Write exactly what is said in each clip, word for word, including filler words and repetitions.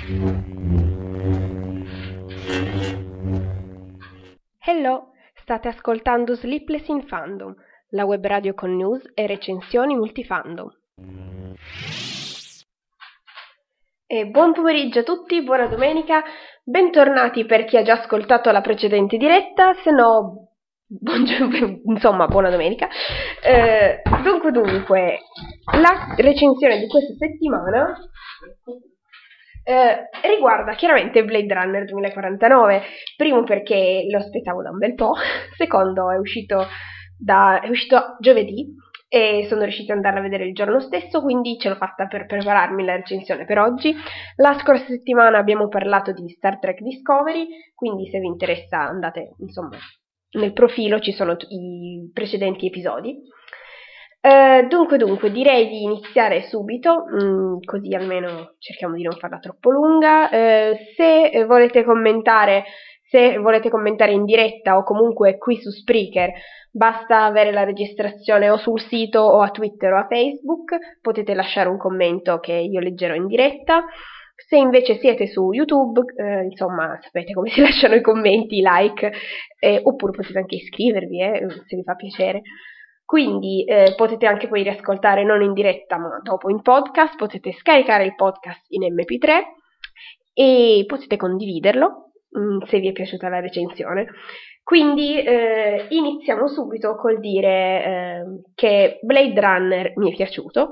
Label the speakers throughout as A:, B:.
A: Hello, state ascoltando Sleepless in Fandom, la web radio con news e recensioni multifandom. E buon pomeriggio a tutti, buona domenica, bentornati per chi ha già ascoltato la precedente diretta, se no, buon, insomma, buona domenica. Eh, dunque, dunque, la recensione di questa settimana Eh, riguarda chiaramente Blade Runner duemilaquarantanove, primo perché lo aspettavo da un bel po', secondo è uscito, da, è uscito giovedì e sono riuscita ad andarla a vedere il giorno stesso, quindi ce l'ho fatta per prepararmi la recensione per oggi. La scorsa settimana abbiamo parlato di Star Trek Discovery, quindi se vi interessa andate, insomma, nel profilo ci sono t- i precedenti episodi. Uh, dunque, dunque, direi di iniziare subito, mh, così almeno cerchiamo di non farla troppo lunga. Uh, se volete commentare, se volete commentare in diretta o comunque qui su Spreaker, basta avere la registrazione o sul sito o a Twitter o a Facebook, potete lasciare un commento che io leggerò in diretta. Se invece siete su YouTube, eh, insomma, sapete come si lasciano i commenti, i like, eh, oppure potete anche iscrivervi, eh, se vi fa piacere. Quindi eh, potete anche poi riascoltare non in diretta ma dopo in podcast, potete scaricare il podcast in emme pi tre e potete condividerlo mh, se vi è piaciuta la recensione. Quindi eh, iniziamo subito col dire eh, che Blade Runner mi è piaciuto.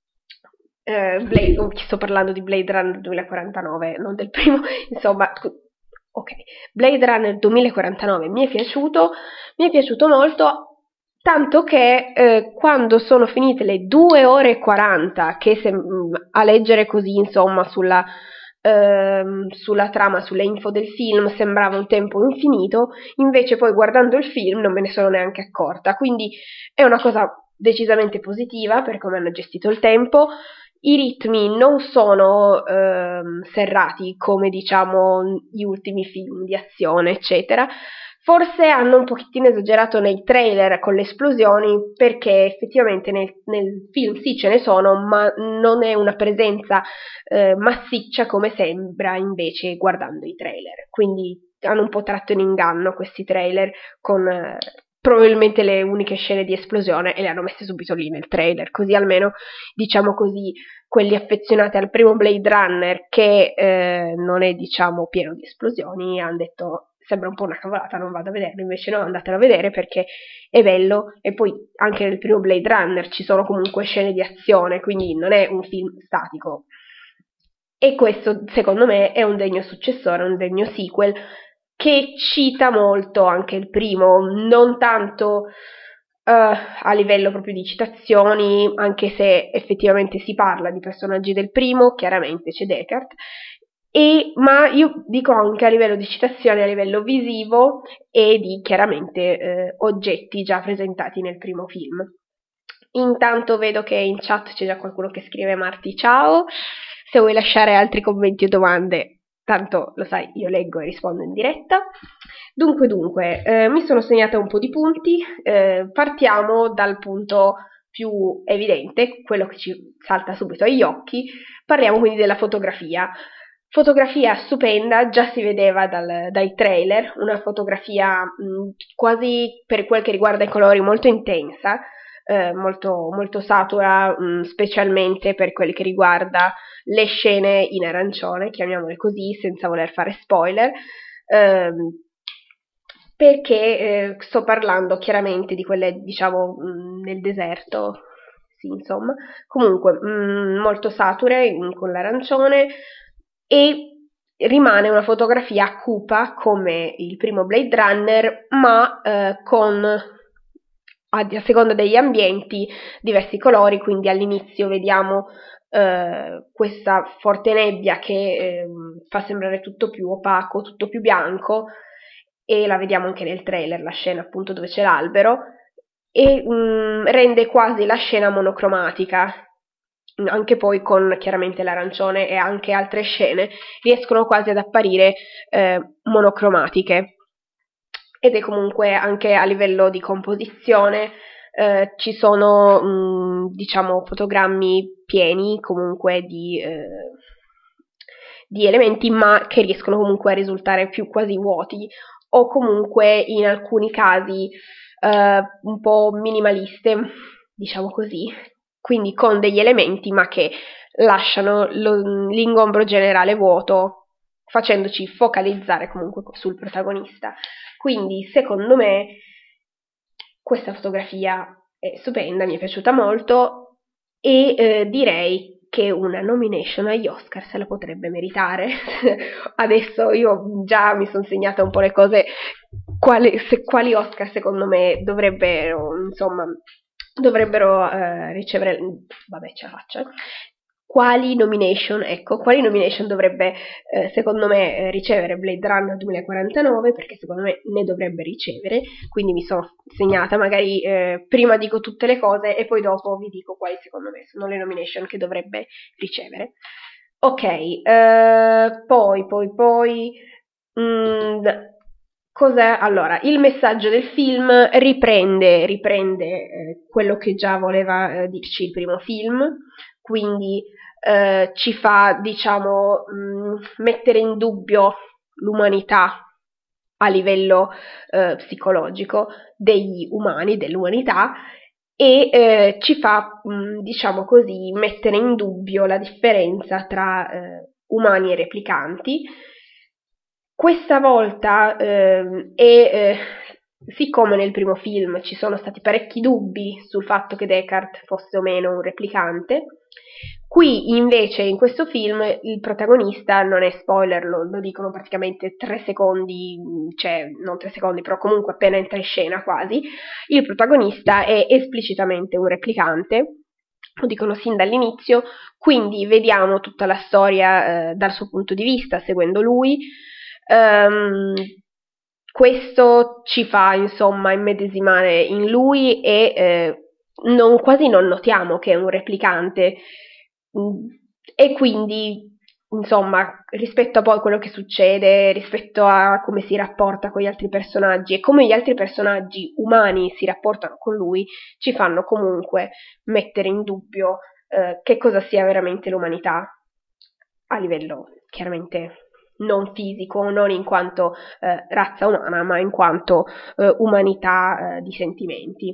A: Eh, Blade, oh, sto parlando di Blade Runner duemilaquarantanove, non del primo, insomma, ok, Blade Runner duemilaquarantanove mi è piaciuto, mi è piaciuto molto. Tanto che eh, quando sono finite le due ore e quaranta, che se, mh, a leggere così, insomma, sulla, ehm, sulla trama, sulle info del film, sembrava un tempo infinito, invece poi guardando il film non me ne sono neanche accorta. Quindi è una cosa decisamente positiva per come hanno gestito il tempo. I ritmi non sono ehm, serrati come, diciamo, gli ultimi film di azione, eccetera. Forse hanno un pochettino esagerato nei trailer con le esplosioni, perché effettivamente nel, nel film sì ce ne sono, ma non è una presenza eh, massiccia come sembra invece guardando i trailer. Quindi hanno un po' tratto in inganno questi trailer con eh, probabilmente le uniche scene di esplosione e le hanno messe subito lì nel trailer, così almeno, diciamo così, quelli affezionati al primo Blade Runner, che eh, non è, diciamo, pieno di esplosioni, hanno detto sembra un po' una cavolata, non vado a vederlo, invece no, andatelo a vedere perché è bello. E poi anche nel primo Blade Runner ci sono comunque scene di azione, quindi non è un film statico. E questo, secondo me, è un degno successore, un degno sequel, che cita molto anche il primo, non tanto uh, a livello proprio di citazioni, anche se effettivamente si parla di personaggi del primo, chiaramente c'è Deckard, e, ma io dico anche a livello di citazione, a livello visivo e di chiaramente eh, oggetti già presentati nel primo film. Intanto vedo che in chat c'è già qualcuno che scrive Marti ciao, se vuoi lasciare altri commenti o domande, tanto lo sai, io leggo e rispondo in diretta. Dunque, dunque, eh, mi sono segnata un po' di punti, eh, partiamo dal punto più evidente, quello che ci salta subito agli occhi, parliamo quindi della fotografia. Fotografia stupenda, già si vedeva dal, dai trailer, una fotografia mh, quasi per quel che riguarda i colori molto intensa, eh, molto, molto satura, mh, specialmente per quel che riguarda le scene in arancione, chiamiamole così, senza voler fare spoiler, ehm, perché eh, sto parlando chiaramente di quelle, diciamo, mh, nel deserto, sì, insomma, comunque mh, molto sature mh, con l'arancione, e rimane una fotografia cupa come il primo Blade Runner, ma eh, con, a, a seconda degli ambienti, diversi colori. Quindi all'inizio vediamo eh, questa forte nebbia che eh, fa sembrare tutto più opaco, tutto più bianco, e la vediamo anche nel trailer, la scena appunto dove c'è l'albero, e mh, rende quasi la scena monocromatica. Anche poi con chiaramente l'arancione e anche altre scene riescono quasi ad apparire eh, monocromatiche, ed è comunque anche a livello di composizione eh, ci sono mh, diciamo fotogrammi pieni comunque di, eh, di elementi, ma che riescono comunque a risultare più quasi vuoti, o comunque in alcuni casi eh, un po' minimaliste, diciamo così, quindi con degli elementi ma che lasciano lo, l'ingombro generale vuoto, facendoci focalizzare comunque sul protagonista. Quindi secondo me questa fotografia è stupenda, mi è piaciuta molto e eh, direi che una nomination agli Oscar se la potrebbe meritare. Adesso io già mi sono segnata un po' le cose, quali, se, quali Oscar secondo me dovrebbero, insomma, dovrebbero eh, ricevere, vabbè ce la faccio, quali nomination, ecco, quali nomination dovrebbe eh, secondo me eh, ricevere Blade Runner duemilaquarantanove, perché secondo me ne dovrebbe ricevere, quindi mi sono segnata, magari eh, prima dico tutte le cose e poi dopo vi dico quali secondo me sono le nomination che dovrebbe ricevere. Ok, eh, poi, poi, poi, mh, cos'è? Allora, il messaggio del film riprende, riprende eh, quello che già voleva eh, dirci il primo film, quindi eh, ci fa, diciamo, mh, mettere in dubbio l'umanità a livello eh, psicologico degli umani, dell'umanità, e eh, ci fa, mh, diciamo così, mettere in dubbio la differenza tra eh, umani e replicanti. Questa volta eh, e eh, siccome nel primo film ci sono stati parecchi dubbi sul fatto che Deckard fosse o meno un replicante, qui invece in questo film il protagonista, non è spoiler, lo, lo dicono praticamente tre secondi, cioè non tre secondi, però comunque appena entra in scena quasi, il protagonista è esplicitamente un replicante, lo dicono sin dall'inizio, quindi vediamo tutta la storia eh, dal suo punto di vista, seguendo lui. Um, questo ci fa insomma immedesimare in lui e eh, non, quasi non notiamo che è un replicante e quindi insomma rispetto a poi quello che succede, rispetto a come si rapporta con gli altri personaggi e come gli altri personaggi umani si rapportano con lui, ci fanno comunque mettere in dubbio eh, che cosa sia veramente l'umanità a livello chiaramente non fisico, non in quanto eh, razza umana, ma in quanto eh, umanità eh, di sentimenti.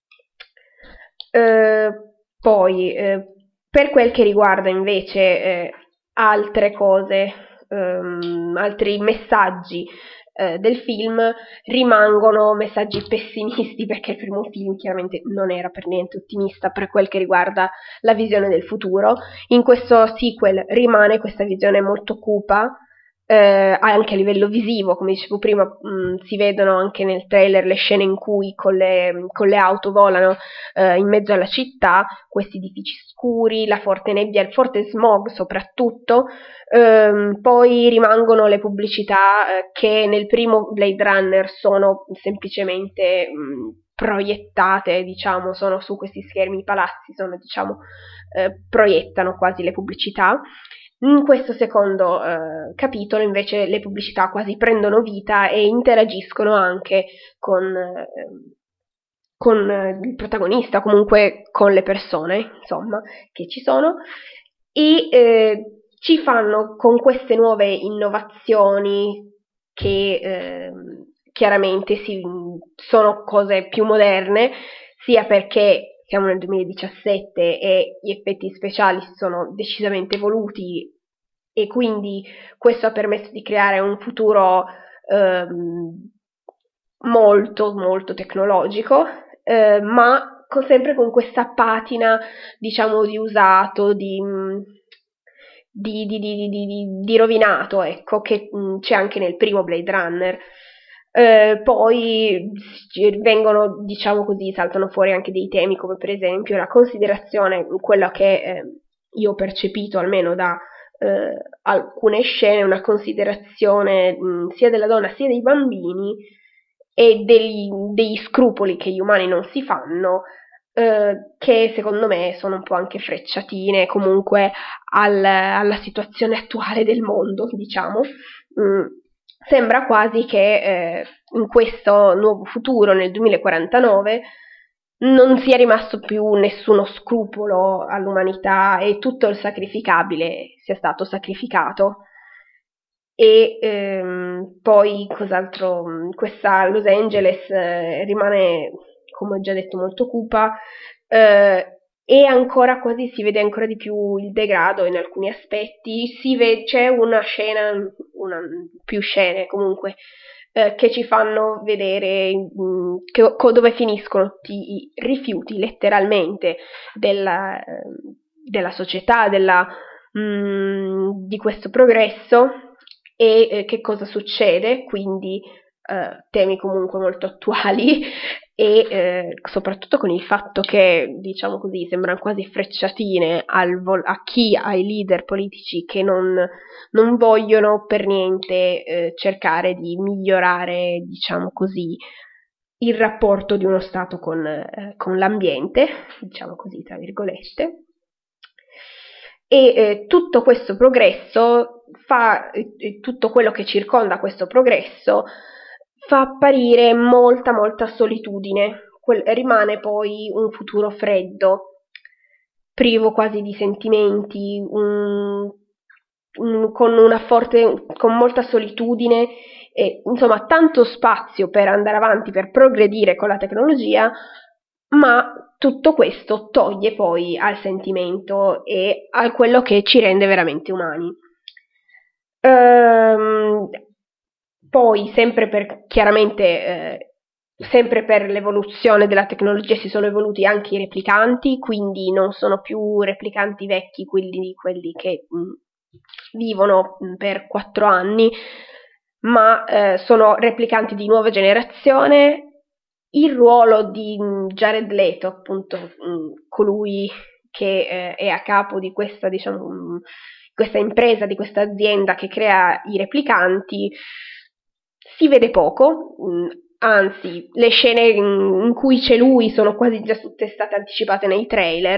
A: Eh, poi, eh, per quel che riguarda invece eh, altre cose, ehm, altri messaggi eh, del film, rimangono messaggi pessimisti, perché il primo film chiaramente non era per niente ottimista per quel che riguarda la visione del futuro. In questo sequel rimane questa visione molto cupa, eh, anche a livello visivo, come dicevo prima, mh, si vedono anche nel trailer le scene in cui con le, con le auto volano eh, in mezzo alla città, questi edifici scuri, la forte nebbia, il forte smog soprattutto. Ehm, poi rimangono le pubblicità eh, che nel primo Blade Runner sono semplicemente mh, proiettate, diciamo, sono su questi schermi, i palazzi sono, diciamo, eh, proiettano quasi le pubblicità. In questo secondo eh, capitolo invece le pubblicità quasi prendono vita e interagiscono anche con, eh, con eh, il protagonista, comunque con le persone, insomma, che ci sono, e eh, ci fanno con queste nuove innovazioni che eh, chiaramente si, sono cose più moderne, sia perché siamo nel duemiladiciassette e gli effetti speciali sono decisamente evoluti e quindi questo ha permesso di creare un futuro ehm, molto molto tecnologico, eh, ma con, sempre con questa patina, diciamo, di usato, di, di, di, di, di, di rovinato, ecco, che mh, c'è anche nel primo Blade Runner. Eh, poi vengono, diciamo così, saltano fuori anche dei temi come per esempio la considerazione, quello che eh, io ho percepito almeno da eh, alcune scene, una considerazione mh, sia della donna sia dei bambini e degli, degli scrupoli che gli umani non si fanno, eh, che secondo me sono un po' anche frecciatine comunque al, alla situazione attuale del mondo, diciamo. Mm. Sembra quasi che eh, in questo nuovo futuro, nel duemilaquarantanove, non sia rimasto più nessuno scrupolo all'umanità e tutto il sacrificabile sia stato sacrificato. e ehm, poi cos'altro, questa Los Angeles eh, rimane, come ho già detto, molto cupa, eh, e ancora quasi si vede ancora di più il degrado in alcuni aspetti, si vede, c'è una scena, una, più scene comunque, eh, che ci fanno vedere mh, che, co, dove finiscono tutti i rifiuti letteralmente della, della società, della, mh, di questo progresso e eh, che cosa succede, quindi eh, temi comunque molto attuali e eh, soprattutto con il fatto che, diciamo così, sembrano quasi frecciatine al vol- a chi, ai leader politici che non, non vogliono per niente eh, cercare di migliorare, diciamo così, il rapporto di uno Stato con, eh, con l'ambiente, diciamo così, tra virgolette. E eh, tutto questo progresso fa, eh, tutto quello che circonda questo progresso fa apparire molta, molta solitudine. Quel, rimane poi un futuro freddo, privo quasi di sentimenti, un, un, con una forte, con molta solitudine, e, insomma, tanto spazio per andare avanti, per progredire con la tecnologia, ma tutto questo toglie poi al sentimento e a quello che ci rende veramente umani. Ehm, poi, sempre per chiaramente, eh, sempre per l'evoluzione della tecnologia si sono evoluti anche i replicanti, quindi non sono più replicanti vecchi, quelli, quelli che mh, vivono mh, per quattro anni, ma eh, sono replicanti di nuova generazione. Il ruolo di Jared Leto, appunto, mh, colui che eh, è a capo di questa, diciamo, mh, questa impresa, di questa azienda che crea i replicanti, si vede poco, mh, anzi, le scene in, in cui c'è lui sono quasi già tutte state anticipate nei trailer,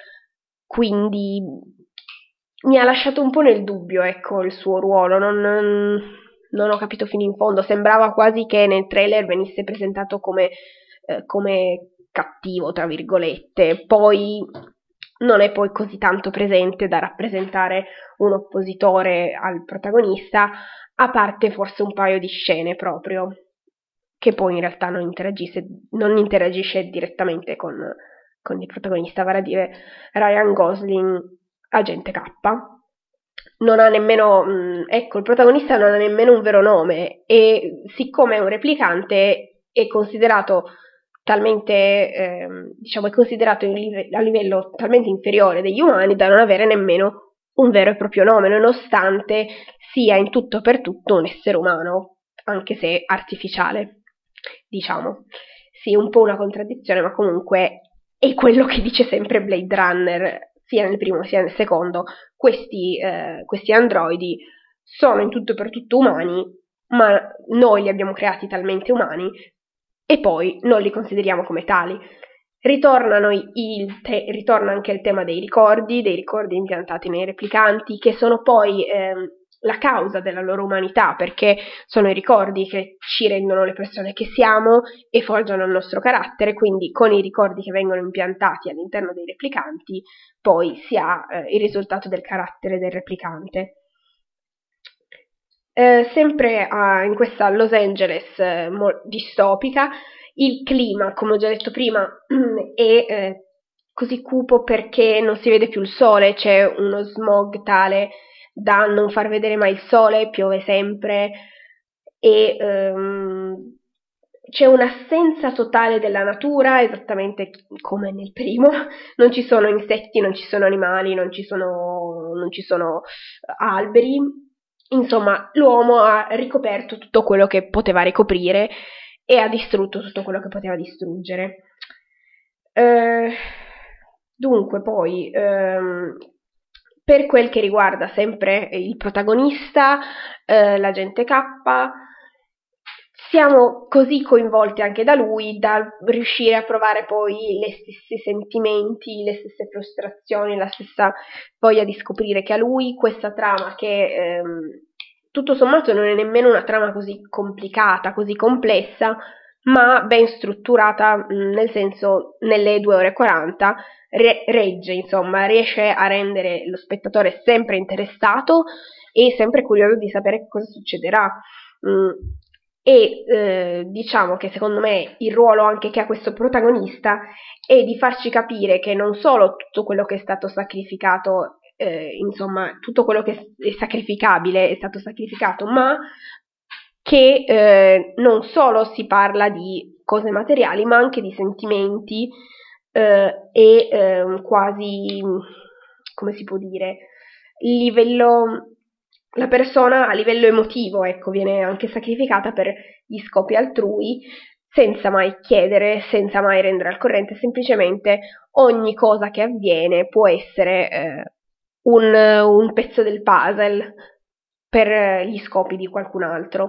A: quindi mi ha lasciato un po' nel dubbio, ecco, il suo ruolo, non, non, non ho capito fino in fondo, sembrava quasi che nel trailer venisse presentato come, eh, come cattivo, tra virgolette, poi non è poi così tanto presente da rappresentare un oppositore al protagonista, a parte forse un paio di scene proprio, che poi in realtà non interagisce, non interagisce direttamente con, con il protagonista, vale a dire Ryan Gosling, agente K. Non ha nemmeno, mh, ecco, il protagonista non ha nemmeno un vero nome e siccome è un replicante è considerato talmente, eh, diciamo, è considerato a livello talmente inferiore degli umani da non avere nemmeno un vero e proprio nome, nonostante sia in tutto per tutto un essere umano, anche se artificiale, diciamo. Sì, un po' una contraddizione, ma comunque è quello che dice sempre Blade Runner, sia nel primo sia nel secondo. Questi, eh, questi androidi sono in tutto per tutto umani, ma noi li abbiamo creati talmente umani e poi non li consideriamo come tali. Ritornano il te- ritorna anche il tema dei ricordi, dei ricordi impiantati nei replicanti, che sono poi ehm, la causa della loro umanità, perché sono i ricordi che ci rendono le persone che siamo e forgiano il nostro carattere, quindi con i ricordi che vengono impiantati all'interno dei replicanti poi si ha eh, il risultato del carattere del replicante. Eh, sempre ah, in questa Los Angeles eh, mo- distopica, il clima, come ho già detto prima, è eh, così cupo perché non si vede più il sole, c'è uno smog tale da non far vedere mai il sole, piove sempre e ehm, c'è un'assenza totale della natura, esattamente come nel primo, non ci sono insetti, non ci sono animali, non ci sono, non ci sono alberi, insomma l'uomo ha ricoperto tutto quello che poteva ricoprire e ha distrutto tutto quello che poteva distruggere. Eh, dunque, poi, ehm, per quel che riguarda sempre il protagonista, eh, l'agente K, siamo così coinvolti anche da lui da riuscire a provare poi gli stessi sentimenti, le stesse frustrazioni, la stessa voglia di scoprire che a lui questa trama che ehm, tutto sommato non è nemmeno una trama così complicata, così complessa, ma ben strutturata, mh, nel senso nelle due ore e quaranta re- regge, insomma, riesce a rendere lo spettatore sempre interessato e sempre curioso di sapere cosa succederà. Mm. E eh, diciamo che secondo me il ruolo anche che ha questo protagonista è di farci capire che non solo tutto quello che è stato sacrificato, eh, insomma, tutto quello che è sacrificabile è stato sacrificato, ma che eh, non solo si parla di cose materiali, ma anche di sentimenti eh, e eh, quasi, come si può dire, livello, la persona a livello emotivo, ecco, viene anche sacrificata per gli scopi altrui, senza mai chiedere, senza mai rendere al corrente, semplicemente ogni cosa che avviene può essere eh, un, un pezzo del puzzle per gli scopi di qualcun altro.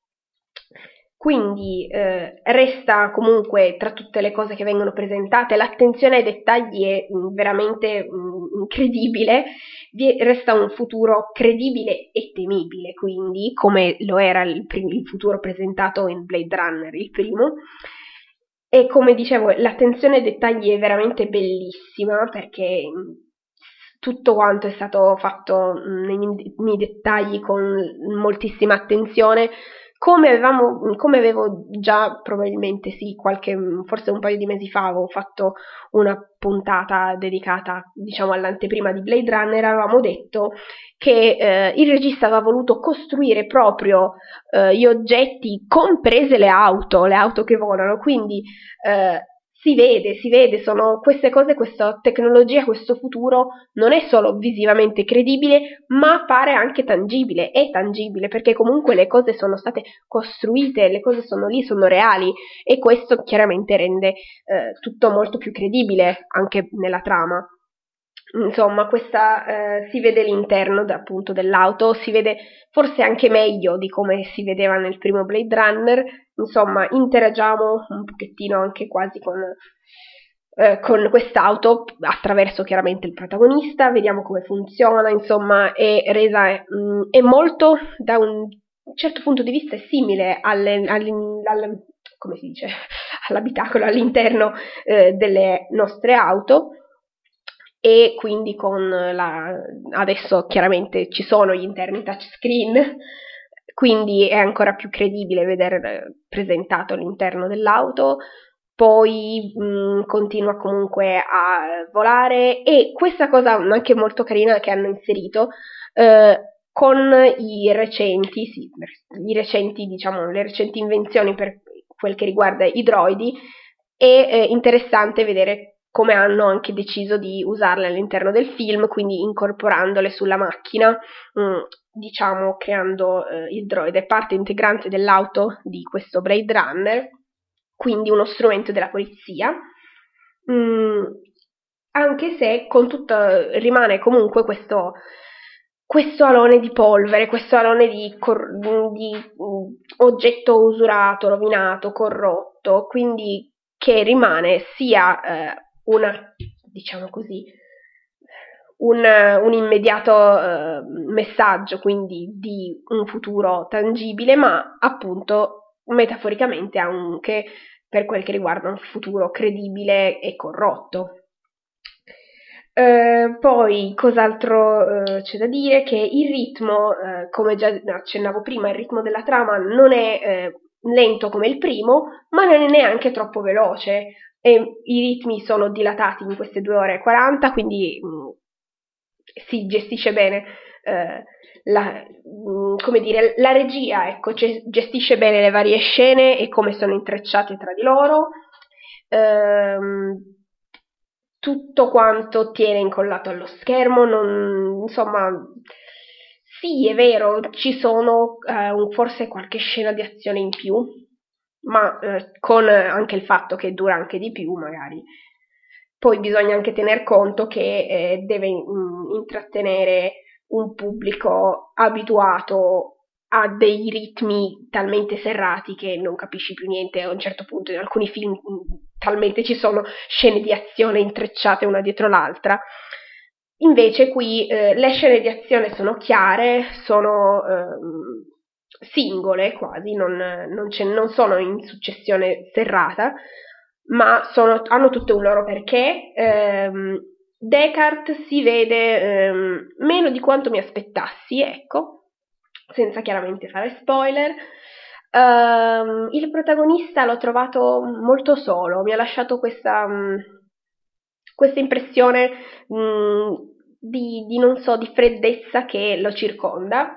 A: Quindi eh, resta comunque tra tutte le cose che vengono presentate, l'attenzione ai dettagli è mh, veramente mh, incredibile, Vi- resta un futuro credibile e temibile, quindi come lo era il, prim- il futuro presentato in Blade Runner, il primo. E come dicevo, l'attenzione ai dettagli è veramente bellissima perché mh, tutto quanto è stato fatto mh, nei, nei dettagli con moltissima attenzione. Come, avevamo, come avevo già probabilmente sì, qualche, forse un paio di mesi fa avevo fatto una puntata dedicata diciamo all'anteprima di Blade Runner, avevamo detto che eh, il regista aveva voluto costruire proprio eh, gli oggetti, comprese le auto, le auto che volano, quindi eh, si vede, si vede, sono queste cose, questa tecnologia, questo futuro non è solo visivamente credibile, ma pare anche tangibile, è tangibile, perché comunque le cose sono state costruite, le cose sono lì, sono reali, e questo chiaramente rende eh, tutto molto più credibile anche nella trama. Insomma, questa eh, si vede l'interno appunto dell'auto, si vede forse anche meglio di come si vedeva nel primo Blade Runner. Insomma, interagiamo un pochettino anche quasi con, eh, con quest'auto attraverso chiaramente il protagonista, vediamo come funziona, insomma, è resa mh, è molto da un certo punto di vista è simile alle, alle, alle, come si dice, all'abitacolo, all'interno eh, delle nostre auto. E quindi con la adesso chiaramente ci sono gli interni touchscreen, quindi è ancora più credibile vedere presentato all'interno dell'auto. Poi mh, continua comunque a volare, e questa cosa anche molto carina che hanno inserito eh, con i recenti, sì, i recenti, diciamo, le recenti invenzioni per quel che riguarda i droidi, è eh, interessante vedere come hanno anche deciso di usarle all'interno del film, quindi incorporandole sulla macchina, mh, diciamo creando eh, il droide parte integrante dell'auto di questo Blade Runner, quindi uno strumento della polizia, mh, anche se con tutto rimane comunque questo, questo alone di polvere, questo alone di, cor- di mh, oggetto usurato, rovinato, corrotto, quindi che rimane sia eh, una, diciamo così, un, un immediato eh, messaggio, quindi di un futuro tangibile, ma appunto metaforicamente anche per quel che riguarda un futuro credibile e corrotto. Eh, poi, cos'altro eh, c'è da dire? Che il ritmo, eh, come già accennavo prima, il ritmo della trama non è eh, lento come il primo, ma non è neanche troppo veloce. E i ritmi sono dilatati in queste due ore e quaranta, quindi mh, si gestisce bene eh, la, mh, come dire, la regia, ecco, gestisce bene le varie scene e come sono intrecciate tra di loro. Ehm, tutto quanto tiene incollato allo schermo, non, insomma, sì, è vero, ci sono eh, un, forse qualche scena di azione in più, ma eh, con anche il fatto che dura anche di più, magari. Poi bisogna anche tener conto che eh, deve mh, intrattenere un pubblico abituato a dei ritmi talmente serrati che non capisci più niente a un certo punto. In alcuni film mh, talmente ci sono scene di azione intrecciate una dietro l'altra. Invece qui eh, le scene di azione sono chiare, sono eh, singole quasi, non, non, non sono in successione serrata, ma sono, hanno tutto un loro perché. Ehm, Descartes si vede ehm, meno di quanto mi aspettassi, ecco, senza chiaramente fare spoiler. Um, il protagonista l'ho trovato molto solo, mi ha lasciato questa, um, questa impressione um, di, di, non so, di freddezza che lo circonda,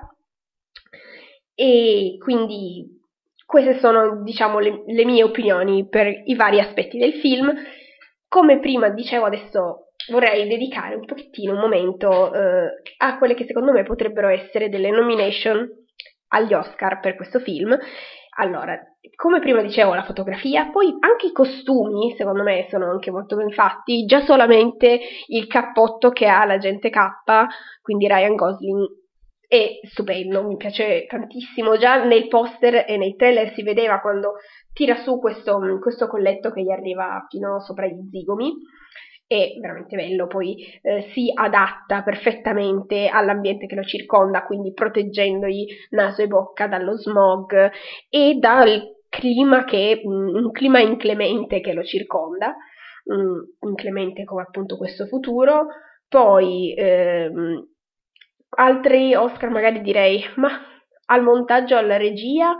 A: e quindi queste sono, diciamo, le, le mie opinioni per i vari aspetti del film. Come prima dicevo, adesso vorrei dedicare un pochettino un momento eh, a quelle che secondo me potrebbero essere delle nomination agli Oscar per questo film. Allora, come prima dicevo, la fotografia, poi anche i costumi, secondo me, sono anche molto ben fatti. Già solamente il cappotto che ha l'agente K, quindi Ryan Gosling, è stupendo, mi piace tantissimo. Già nel poster e nei trailer si vedeva quando tira su questo, questo colletto che gli arriva fino sopra gli zigomi. È veramente bello, poi eh, si adatta perfettamente all'ambiente che lo circonda, quindi proteggendogli naso e bocca dallo smog e dal clima che, mh, un clima inclemente che lo circonda, mh, inclemente come appunto questo futuro. Poi ehm, altri Oscar magari direi, ma al montaggio, alla regia,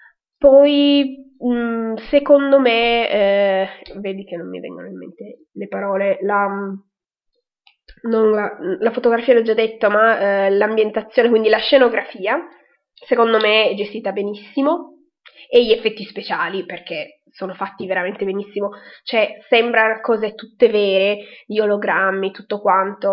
A: poi mh, secondo me, eh, vedi che non mi vengono in mente le parole, la, non la, la fotografia l'ho già detto, ma eh, l'ambientazione, quindi la scenografia, secondo me è gestita benissimo, e gli effetti speciali, perché sono fatti veramente benissimo, cioè sembrano cose tutte vere, gli ologrammi, tutto quanto,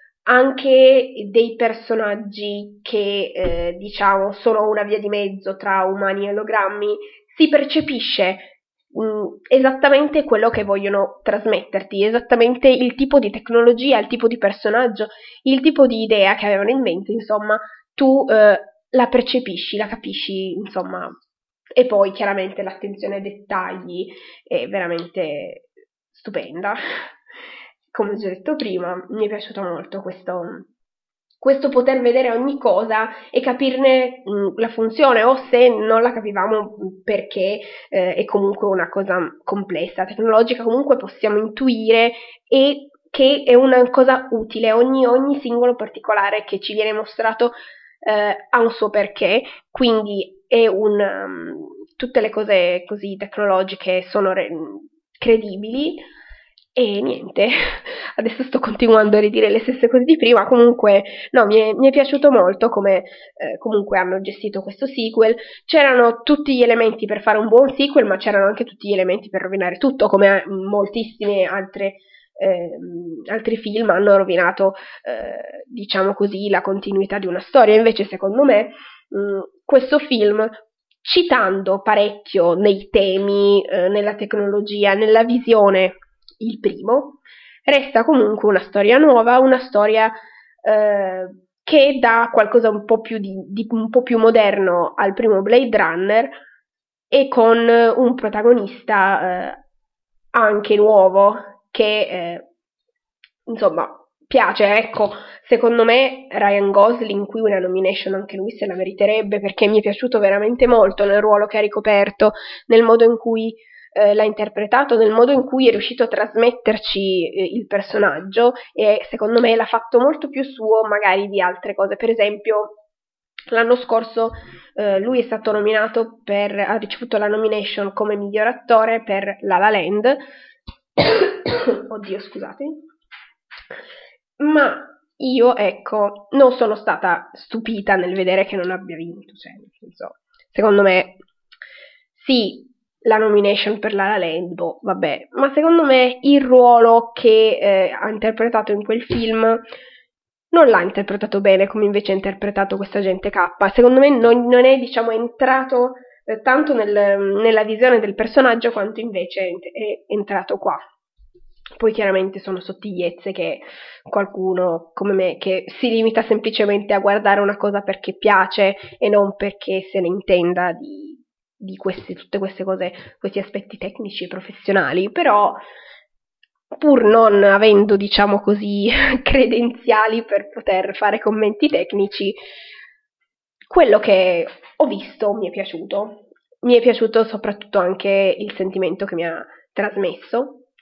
A: anche dei personaggi che eh, diciamo sono una via di mezzo tra umani e ologrammi, si percepisce mh, esattamente quello che vogliono trasmetterti, esattamente il tipo di tecnologia, il tipo di personaggio, il tipo di idea che avevano in mente, insomma, tu eh, la percepisci, la capisci, insomma, e poi chiaramente l'attenzione ai dettagli è veramente stupenda. Come ho già detto prima, mi è piaciuto molto questo, questo poter vedere ogni cosa e capirne mh, la funzione, o se non la capivamo perché eh, è comunque una cosa complessa, tecnologica, comunque possiamo intuire e che è una cosa utile. Ogni, ogni singolo particolare che ci viene mostrato eh, ha un suo perché, quindi è un, um, tutte le cose così tecnologiche sono re- credibili. E niente, adesso sto continuando a ridire le stesse cose di prima. Comunque no, mi è, mi è piaciuto molto come eh, comunque hanno gestito questo sequel. C'erano tutti gli elementi per fare un buon sequel, ma c'erano anche tutti gli elementi per rovinare tutto, come moltissime altre eh, altri film hanno rovinato eh, diciamo così la continuità di una storia. Invece secondo me mh, questo film, citando parecchio nei temi, eh, nella tecnologia, nella visione, il primo, resta comunque una storia nuova, una storia eh, che dà qualcosa un po' più di, di un po' più moderno al primo Blade Runner, e con un protagonista eh, anche nuovo che eh, insomma piace. Ecco, secondo me Ryan Gosling qui una nomination anche lui se la meriterebbe, perché mi è piaciuto veramente molto nel ruolo che ha ricoperto, nel modo in cui eh, l'ha interpretato, nel modo in cui è riuscito a trasmetterci eh, il personaggio, e secondo me l'ha fatto molto più suo magari di altre cose. Per esempio l'anno scorso eh, lui è stato nominato per, ha ricevuto la nomination come miglior attore per La La Land. Oddio, scusate. Ma io, ecco, non sono stata stupita nel vedere che non abbia vinto, cioè, nel senso, secondo me, sì, la nomination per La La Land, boh, vabbè, ma secondo me il ruolo che eh, ha interpretato in quel film non l'ha interpretato bene come invece ha interpretato questa agente K. Secondo me non, non è, diciamo, entrato eh, tanto nel, nella visione del personaggio quanto invece è entrato qua. Poi chiaramente sono sottigliezze che qualcuno come me, che si limita semplicemente a guardare una cosa perché piace e non perché se ne intenda di, di queste, tutte queste cose, questi aspetti tecnici e professionali, però pur non avendo, diciamo così, credenziali per poter fare commenti tecnici, quello che ho visto mi è piaciuto. Mi è piaciuto soprattutto anche il sentimento che mi ha trasmesso,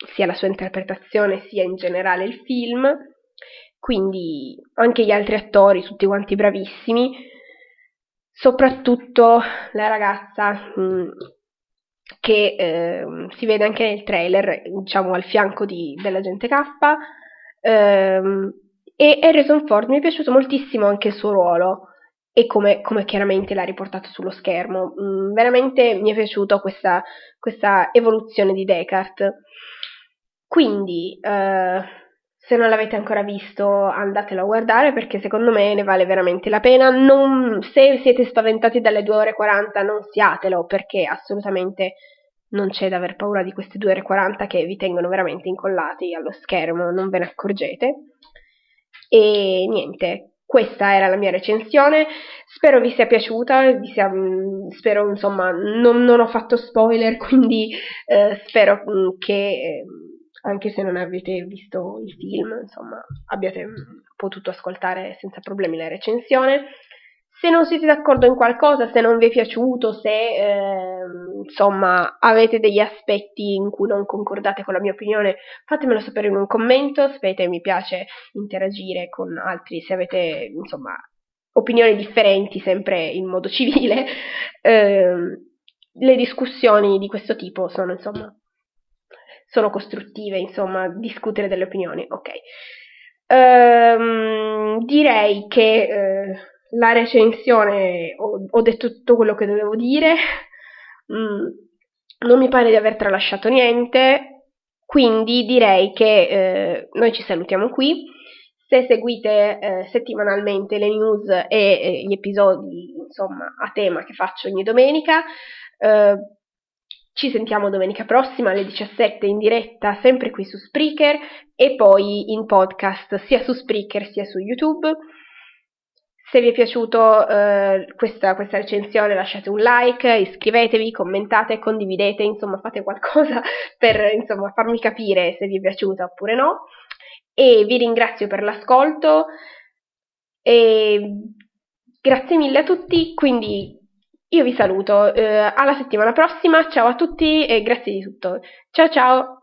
A: sia la sua interpretazione sia in generale il film, quindi anche gli altri attori, tutti quanti bravissimi, soprattutto la ragazza mh, che eh, si vede anche nel trailer, diciamo al fianco di, dell'agente K, ehm, e Harrison Ford mi è piaciuto moltissimo anche il suo ruolo e come, come chiaramente l'ha riportato sullo schermo. Mm, veramente mi è piaciuta questa, questa evoluzione di Deckard. Quindi, eh, se non l'avete ancora visto, andatelo a guardare perché secondo me ne vale veramente la pena. Non, se siete spaventati dalle due ore e quaranta, non siatelo perché assolutamente non c'è da aver paura di queste due ore e quaranta che vi tengono veramente incollati allo schermo, non ve ne accorgete. E niente, questa era la mia recensione, spero vi sia piaciuta, vi sia, spero insomma, non, non ho fatto spoiler, quindi eh, spero che eh, anche se non avete visto il film, insomma, abbiate potuto ascoltare senza problemi la recensione. Se non siete d'accordo in qualcosa, se non vi è piaciuto, se eh, insomma avete degli aspetti in cui non concordate con la mia opinione, fatemelo sapere in un commento. Sapete, mi piace interagire con altri se avete insomma opinioni differenti, sempre in modo civile. Eh, le discussioni di questo tipo sono insomma sono costruttive, insomma, discutere delle opinioni, ok. Ehm, direi che eh, la recensione ho, ho detto tutto quello che dovevo dire, mm, non mi pare di aver tralasciato niente, quindi direi che eh, noi ci salutiamo qui. Se seguite eh, settimanalmente le news e eh, gli episodi, insomma, a tema che faccio ogni domenica, eh, ci sentiamo domenica prossima alle diciassette in diretta, sempre qui su Spreaker e poi in podcast sia su Spreaker sia su YouTube. Se vi è piaciuto eh, questa, questa recensione lasciate un like, iscrivetevi, commentate, condividete, insomma fate qualcosa per insomma, farmi capire se vi è piaciuta oppure no. E vi ringrazio per l'ascolto e grazie mille a tutti, quindi io vi saluto, eh, alla settimana prossima, ciao a tutti e grazie di tutto. Ciao ciao!